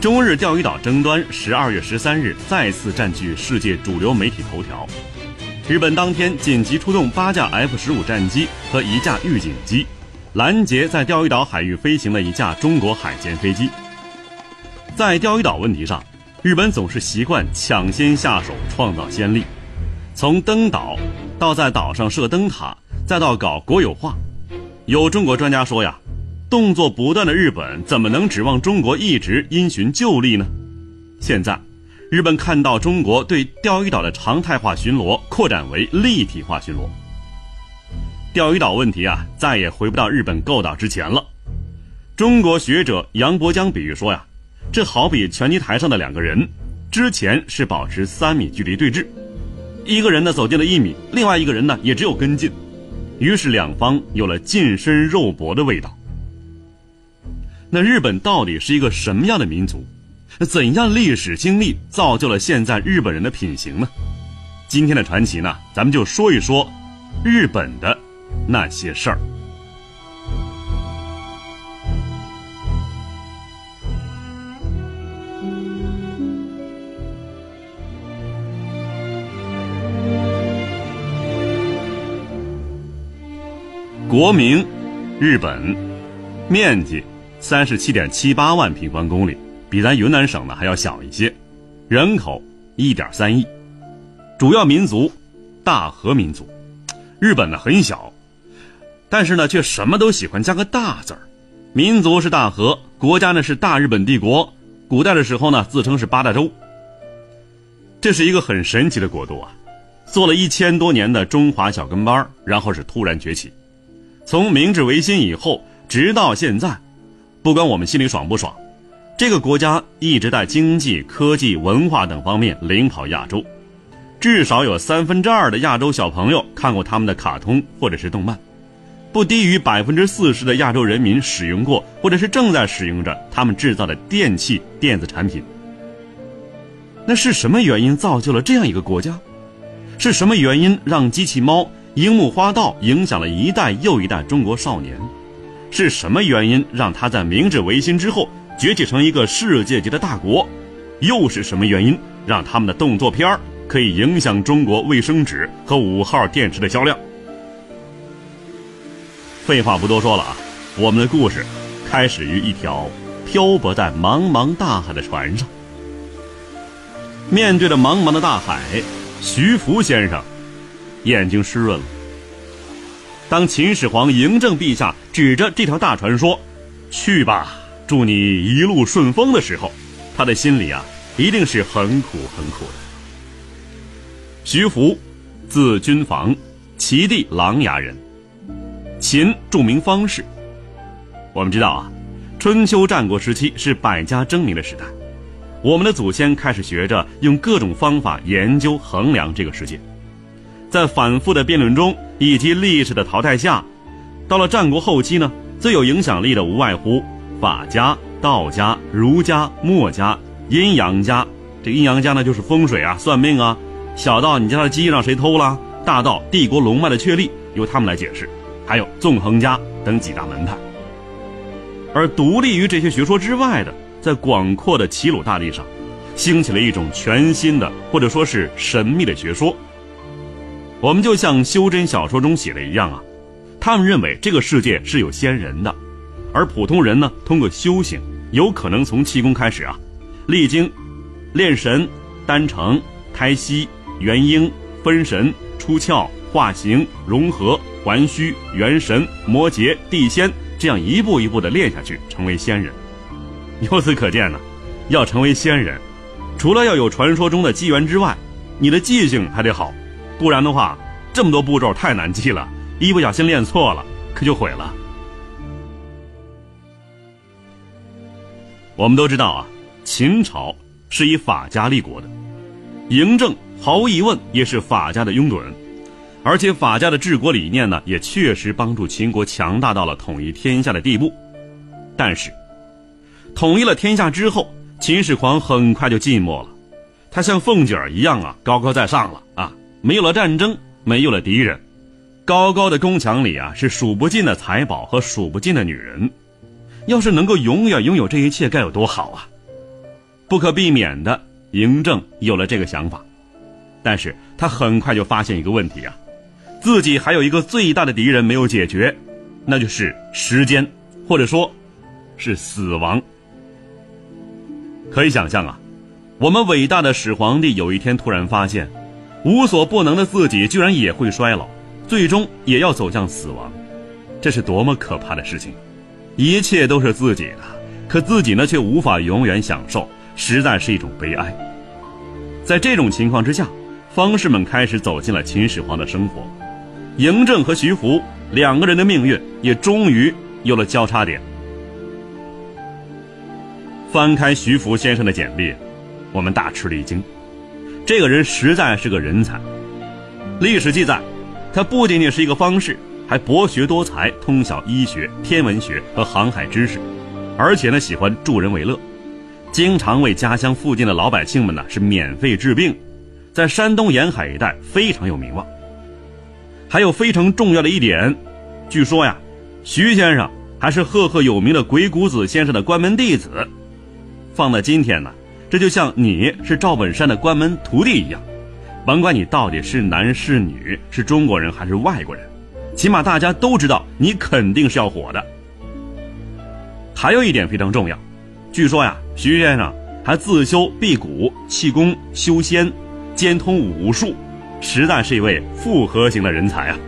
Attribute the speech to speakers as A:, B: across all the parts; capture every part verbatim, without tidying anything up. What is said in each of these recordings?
A: 中日钓鱼岛争端十二月十三日再次占据世界主流媒体头条。日本当天紧急出动八架 F 十五 战机和一架预警机，拦截在钓鱼岛海域飞行的一架中国海监飞机。在钓鱼岛问题上，日本总是习惯抢先下手，创造先例。从登岛到在岛上设灯塔，再到搞国有化。有中国专家说呀，动作不断的日本怎么能指望中国一直因循旧例呢？现在日本看到中国对钓鱼岛的常态化巡逻扩展为立体化巡逻，钓鱼岛问题啊再也回不到日本构岛之前了。中国学者杨伯江比喻说呀，这好比拳击台上的两个人，之前是保持三米距离对峙，一个人呢走进了一米，另外一个人呢也只有跟进，于是两方有了近身肉搏的味道。那日本到底是一个什么样的民族？怎样历史经历造就了现在日本人的品行呢？今天的传奇呢，咱们就说一说日本的那些事儿。国名日本，面积三十七点七八万平方公里，比咱云南省呢还要小一些，人口一点三亿，主要民族大和民族。日本呢很小，但是呢却什么都喜欢加个大字儿。民族是大和，国家呢是大日本帝国，古代的时候呢自称是八大洲。这是一个很神奇的国度啊，做了一千多年的中华小跟班，然后是突然崛起。从明治维新以后直到现在，不管我们心里爽不爽，这个国家一直在经济、科技、文化等方面领跑亚洲，至少有三分之二的亚洲小朋友看过他们的卡通或者是动漫，不低于百分之四十的亚洲人民使用过或者是正在使用着他们制造的电器、电子产品。那是什么原因造就了这样一个国家？是什么原因让机器猫、樱木花道影响了一代又一代中国少年？是什么原因让他在明治维新之后崛起成一个世界级的大国？又是什么原因让他们的动作片可以影响中国卫生纸和五号电池的销量？废话不多说了啊，我们的故事开始于一条漂泊在茫茫大海的船上。面对着茫茫的大海，徐福先生眼睛湿润了。当秦始皇嬴政陛下指着这条大船说去吧，祝你一路顺风的时候，他的心里啊一定是很苦很苦的。徐福字君房，齐地琅琊人，秦著名方士。我们知道啊，春秋战国时期是百家争鸣的时代，我们的祖先开始学着用各种方法研究衡量这个世界。在反复的辩论中以及历史的淘汰下，到了战国后期呢，最有影响力的无外乎法家、道家、儒家、墨家、阴阳家。这阴阳家呢就是风水啊、算命啊，小到你家的鸡让谁偷了，大到帝国龙脉的确立由他们来解释，还有纵横家等几大门派。而独立于这些学说之外的，在广阔的齐鲁大地上兴起了一种全新的或者说是神秘的学说。我们就像修真小说中写的一样啊，他们认为这个世界是有仙人的，而普通人呢通过修行有可能从气功开始啊，历经炼神、丹成、胎息、元婴、分神、出窍、化形、融合、还虚、元神、魔劫、地仙，这样一步一步的练下去，成为仙人。由此可见呢，要成为仙人，除了要有传说中的机缘之外，你的记性还得好，不然的话这么多步骤太难记了，一不小心练错了可就毁了。我们都知道啊，秦朝是以法家立国的，嬴政毫无疑问也是法家的拥趸，而且法家的治国理念呢，也确实帮助秦国强大到了统一天下的地步。但是统一了天下之后，秦始皇很快就寂寞了，他像凤姐一样啊，高高在上了啊，没有了战争，没有了敌人，高高的宫墙里啊，是数不尽的财宝和数不尽的女人。要是能够永远拥有这一切该有多好啊！ 不可避免的，嬴政有了这个想法。但是他很快就发现一个问题啊，自己还有一个最大的敌人没有解决，那就是时间，或者说是死亡。可以想象啊，我们伟大的始皇帝有一天突然发现，无所不能的自己居然也会衰老，最终也要走向死亡，这是多么可怕的事情！一切都是自己的，可自己呢却无法永远享受，实在是一种悲哀。在这种情况之下，方士们开始走进了秦始皇的生活，嬴政和徐福两个人的命运也终于有了交叉点。翻开徐福先生的简历，我们大吃了一惊，这个人实在是个人才。历史记载，他不仅仅是一个方士，还博学多才，通晓医学、天文学和航海知识，而且呢喜欢助人为乐，经常为家乡附近的老百姓们呢是免费治病，在山东沿海一带非常有名望。还有非常重要的一点，据说呀，徐先生还是赫赫有名的鬼谷子先生的关门弟子。放在今天呢，这就像你是赵本山的关门徒弟一样，甭管你到底是男是女，是中国人还是外国人，起码大家都知道你肯定是要火的。还有一点非常重要，据说呀，徐先生还自修辟谷、气功、修仙，兼通武术，实在是一位复合型的人才啊。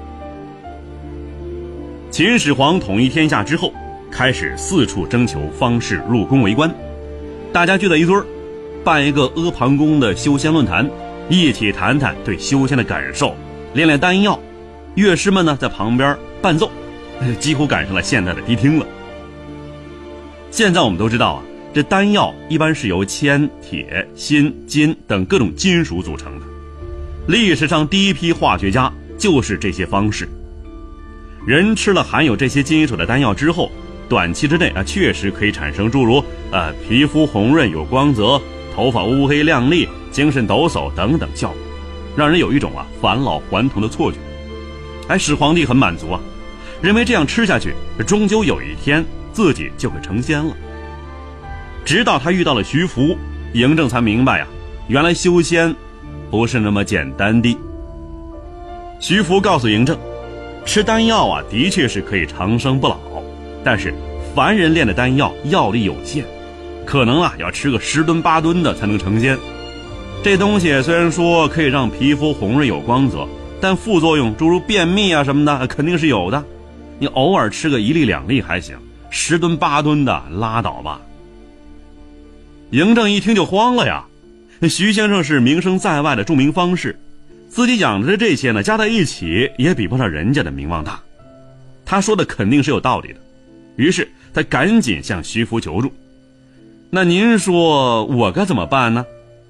A: 秦始皇统一天下之后，开始四处征求方士入宫为官，大家聚在一堆儿，办一个阿房宫的修仙论坛，一起谈谈对修仙的感受，练练丹药，乐师们呢在旁边伴奏，几乎赶上了现在的迪厅了。现在我们都知道啊，这丹药一般是由铅、铁、锌、金等各种金属组成的，历史上第一批化学家就是这些方士。人吃了含有这些金属的丹药之后，短期之内啊，确实可以产生诸如呃皮肤红润有光泽、头发乌黑亮丽、精神抖擞等等效果，让人有一种啊返老还童的错觉。哎，始皇帝很满足啊，认为这样吃下去，终究有一天自己就会成仙了。直到他遇到了徐福，嬴政才明白呀、啊，原来修仙不是那么简单的。徐福告诉嬴政，吃丹药啊，的确是可以长生不老，但是凡人炼的丹药药力有限，可能啊要吃个十吨八吨的才能成仙。这东西虽然说可以让皮肤红润有光泽，但副作用诸如便秘啊什么的肯定是有的。你偶尔吃个一粒两粒还行，十吨八吨的拉倒吧。嬴政一听就慌了呀，徐先生是名声在外的著名方士，自己养着的这些呢加在一起也比不上人家的名望大，他说的肯定是有道理的。于是他赶紧向徐福求助，那您说我该怎么办呢？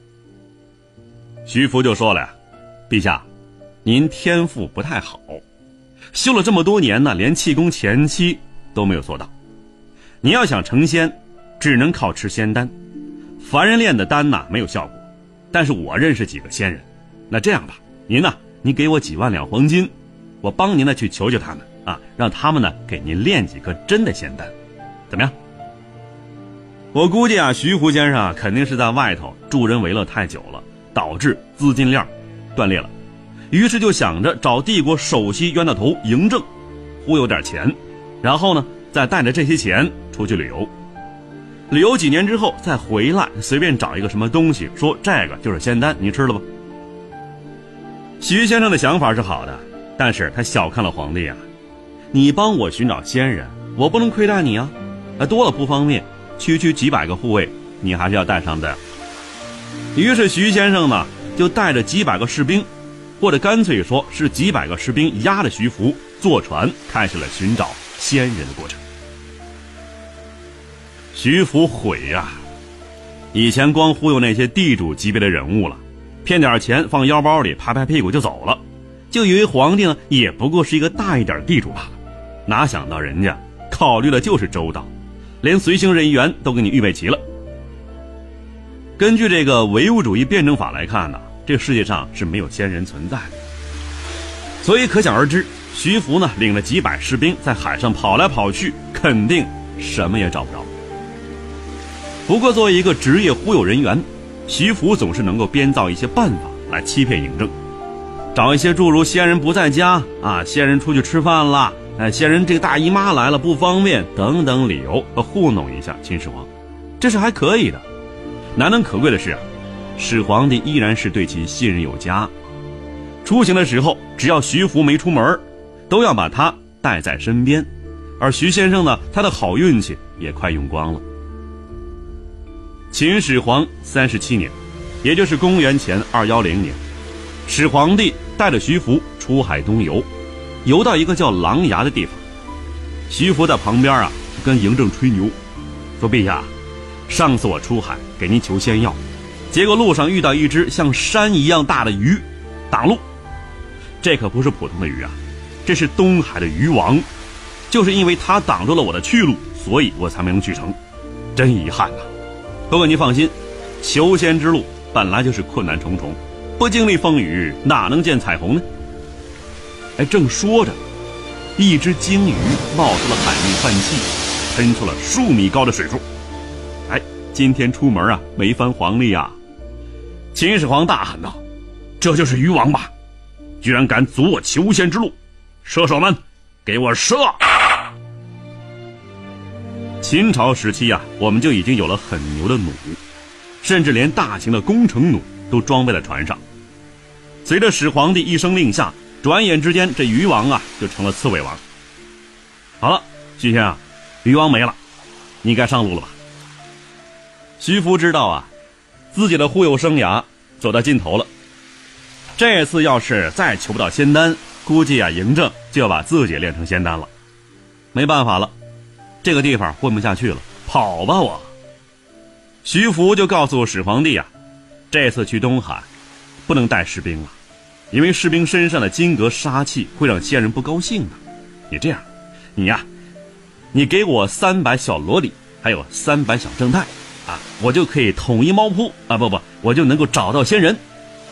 A: 徐福就说了呀，陛下，您天赋不太好，修了这么多年呢，连气功前期都没有做到。您要想成仙，只能靠吃仙丹，凡人炼的丹呐没有效果，但是我认识几个仙人，那这样吧，您呢，您给我几万两黄金，我帮您呢去求求他们啊，让他们呢给您炼几颗真的仙丹，怎么样？我估计啊，徐福先生啊肯定是在外头助人为乐太久了，导致资金链断裂了，于是就想着找帝国首席冤大头嬴政忽悠点钱，然后呢再带着这些钱出去旅游，旅游几年之后再回来，随便找一个什么东西，说这个就是仙丹，你吃了吧。徐先生的想法是好的，但是他小看了皇帝啊，你帮我寻找仙人，我不能亏待你啊，多了不方便，区区几百个护卫你还是要带上的。于是徐先生呢就带着几百个士兵，或者干脆说是几百个士兵压着徐福坐船，开始了寻找仙人的过程。徐福悔啊，以前光忽悠那些地主级别的人物了，骗点钱放腰包里，拍拍屁股就走了，就以为皇帝呢也不过是一个大一点地主罢了，哪想到人家考虑的就是周到，连随行人员都给你预备齐了。根据这个唯物主义辩证法来看呢，这个世界上是没有仙人存在的，所以可想而知，徐福呢领了几百士兵在海上跑来跑去，肯定什么也找不着。 不过作为一个职业忽悠人员，徐福总是能够编造一些办法来欺骗嬴政，找一些诸如先人不在家啊，先人出去吃饭了，哎，先人这个大姨妈来了不方便等等理由和糊弄一下秦始皇，这是还可以的。难能可贵的是啊，始皇帝依然是对其信任有加。出行的时候，只要徐福没出门，都要把他带在身边。而徐先生呢，他的好运气也快用光了。秦始皇三十七年，也就是公元前二一零年，始皇帝带着徐福出海东游，游到一个叫琅琊的地方。徐福在旁边啊，跟嬴政吹牛，说：“陛下，上次我出海给您求仙药，结果路上遇到一只像山一样大的鱼挡路。这可不是普通的鱼啊，这是东海的鱼王。就是因为他挡住了我的去路，所以我才没能去成，真遗憾呐。不过您放心，求仙之路本来就是困难重重，不经历风雨哪能见彩虹呢？”哎，正说着，一只鲸鱼冒出了海面泛气，喷出了数米高的水柱。哎，今天出门啊，没翻黄历啊！秦始皇大喊道：“这就是鱼王吧？居然敢阻我求仙之路！射手们，给我射！”秦朝时期啊，我们就已经有了很牛的弩，甚至连大型的攻城弩都装备在船上。随着始皇帝一声令下，转眼之间这鱼王啊就成了刺猬王。好了，徐先生，鱼王没了，你该上路了吧？徐福知道啊，自己的忽悠生涯走到尽头了。这次要是再求不到仙丹，估计啊嬴政就要把自己练成仙丹了。没办法了，这个地方混不下去了，跑吧我。徐福就告诉始皇帝啊，这次去东海不能带士兵了，因为士兵身上的金戈杀气会让先人不高兴的。你这样，你呀、啊，你给我三百小萝莉，还有三百小正太啊，我就可以统一猫扑啊，不不，我就能够找到先人。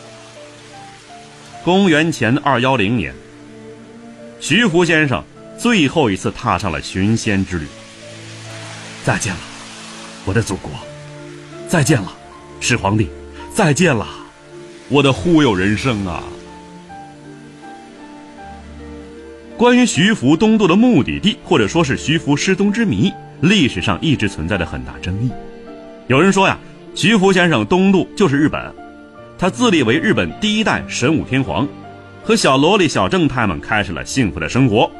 A: 公元前二一零年，徐福先生最后一次踏上了寻仙之旅。再见了，我的祖国！再见了，始皇帝！再见了，我的忽悠人生啊！关于徐福东渡的目的地，或者说是徐福失踪之谜，历史上一直存在着很大争议。有人说呀，徐福先生东渡就是日本，他自立为日本第一代神武天皇，和小萝莉小正太们开始了幸福的生活。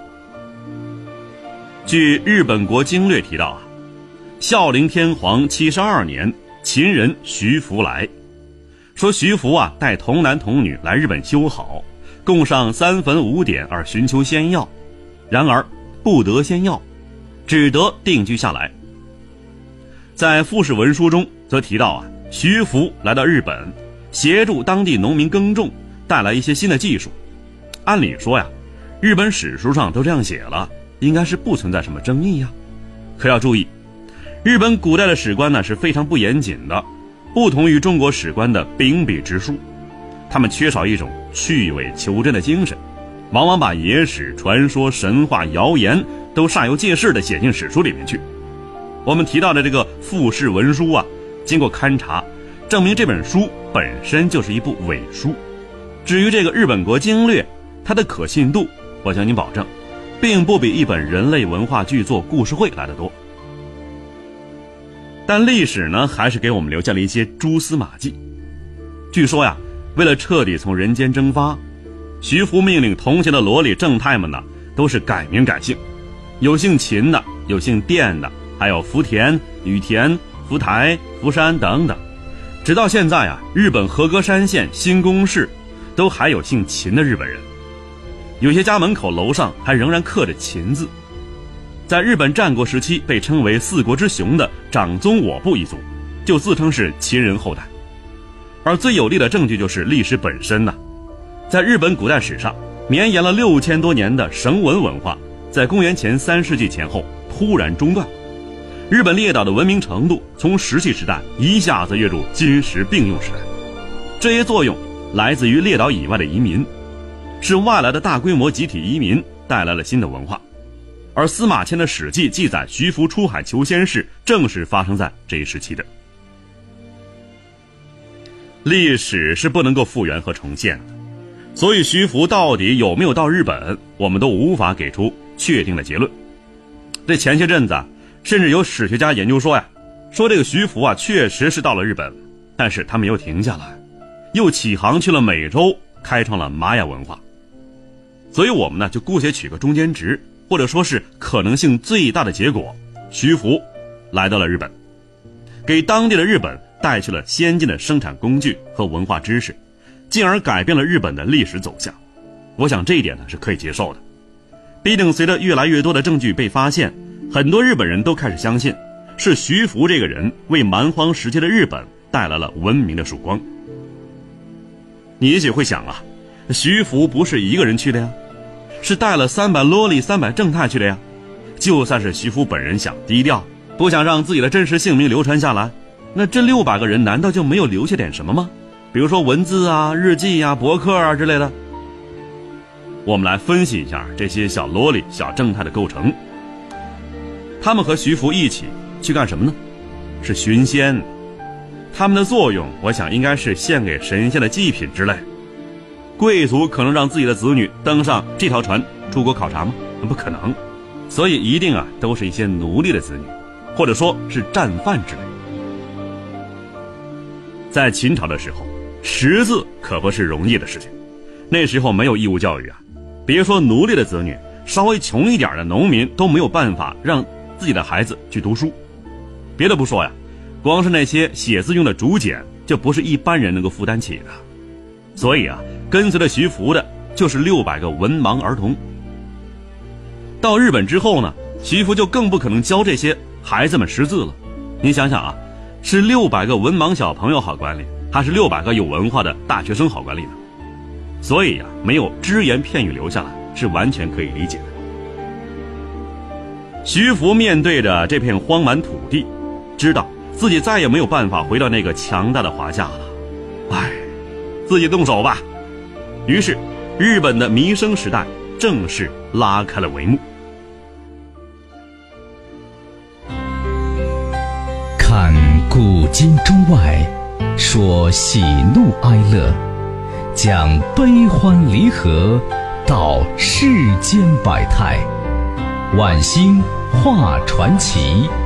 A: 据《日本国经略》提到啊，孝陵天皇七十二年，秦人徐福来，说徐福啊带童男童女来日本修好，共上三坟五典而寻求仙药，然而不得仙药，只得定居下来。在富士文书中则提到啊，徐福来到日本，协助当地农民耕种，带来一些新的技术。按理说呀，日本史书上都这样写了，应该是不存在什么争议呀。可要注意，日本古代的史官呢是非常不严谨的，不同于中国史官的秉笔直书，他们缺少一种去伪求真的精神，往往把野史、传说、神话、谣言都煞有介事地写进史书里面去。我们提到的这个富士文书啊，经过勘察，证明这本书本身就是一部伪书。至于这个日本国经略，它的可信度，我向您保证，并不比一本人类文化巨作故事会来得多。但历史呢，还是给我们留下了一些蛛丝马迹。据说呀，为了彻底从人间蒸发，徐福命令同行的萝莉正太们呢，都是改名改姓，有姓秦的，有姓卞的，还有福田、羽田、福台、福山等等。直到现在啊，日本和歌山县新宫市都还有姓秦的日本人，有些家门口楼上还仍然刻着秦字。在日本战国时期被称为四国之雄的长宗我部一族，就自称是秦人后代。而最有力的证据就是历史本身呢、啊。在日本古代史上绵延了六千多年的绳文文化，在公元前三世纪前后突然中断，日本列岛的文明程度从石器时代一下子跃入金石并用时代。这些作用来自于列岛以外的移民，是外来的大规模集体移民带来了新的文化。 而司马迁的《史记》记载徐福出海求仙事，正是发生在这一时期的。历史是不能够复原和重现的，所以徐福到底有没有到日本，我们都无法给出确定的结论。这前些阵子啊，甚至有史学家研究说呀，说这个徐福啊确实是到了日本，但是他没有停下来，又起航去了美洲，开创了玛雅文化。所以我们呢就姑且取个中间值，或者说是可能性最大的结果，徐福来到了日本，给当地的日本带去了先进的生产工具和文化知识，进而改变了日本的历史走向。我想这一点呢是可以接受的。毕竟随着越来越多的证据被发现，很多日本人都开始相信是徐福这个人为蛮荒时期的日本带来了文明的曙光。你也许会想啊，徐福不是一个人去的呀，是带了三百萝莉三百正太去的呀。就算是徐福本人想低调，不想让自己的真实姓名流传下来，那这六百个人难道就没有留下点什么吗？比如说文字啊、日记啊、博客啊之类的。我们来分析一下这些小萝莉小正太的构成。他们和徐福一起去干什么呢？是寻仙。他们的作用我想应该是献给神仙的祭品之类。贵族可能让自己的子女登上这条船出国考察吗？不可能。所以一定啊都是一些奴隶的子女，或者说是战犯之类。在秦朝的时候，识字可不是容易的事情。那时候没有义务教育啊，别说奴隶的子女，稍微穷一点的农民都没有办法让自己的孩子去读书。别的不说呀，光是那些写字用的竹简就不是一般人能够负担起的。所以啊，跟随着徐福的就是六百个文盲儿童。到日本之后呢，徐福就更不可能教这些孩子们识字了。你想想啊，是六百个文盲小朋友好管理，还是六百个有文化的大学生好管理呢？所以啊，没有只言片语留下来是完全可以理解的。徐福面对着这片荒蛮土地，知道自己再也没有办法回到那个强大的华夏了，唉，自己动手吧。于是日本的弥生时代正式拉开了帷幕。
B: 看古今中外，说喜怒哀乐，讲悲欢离合，道世间百态，晚星画传奇。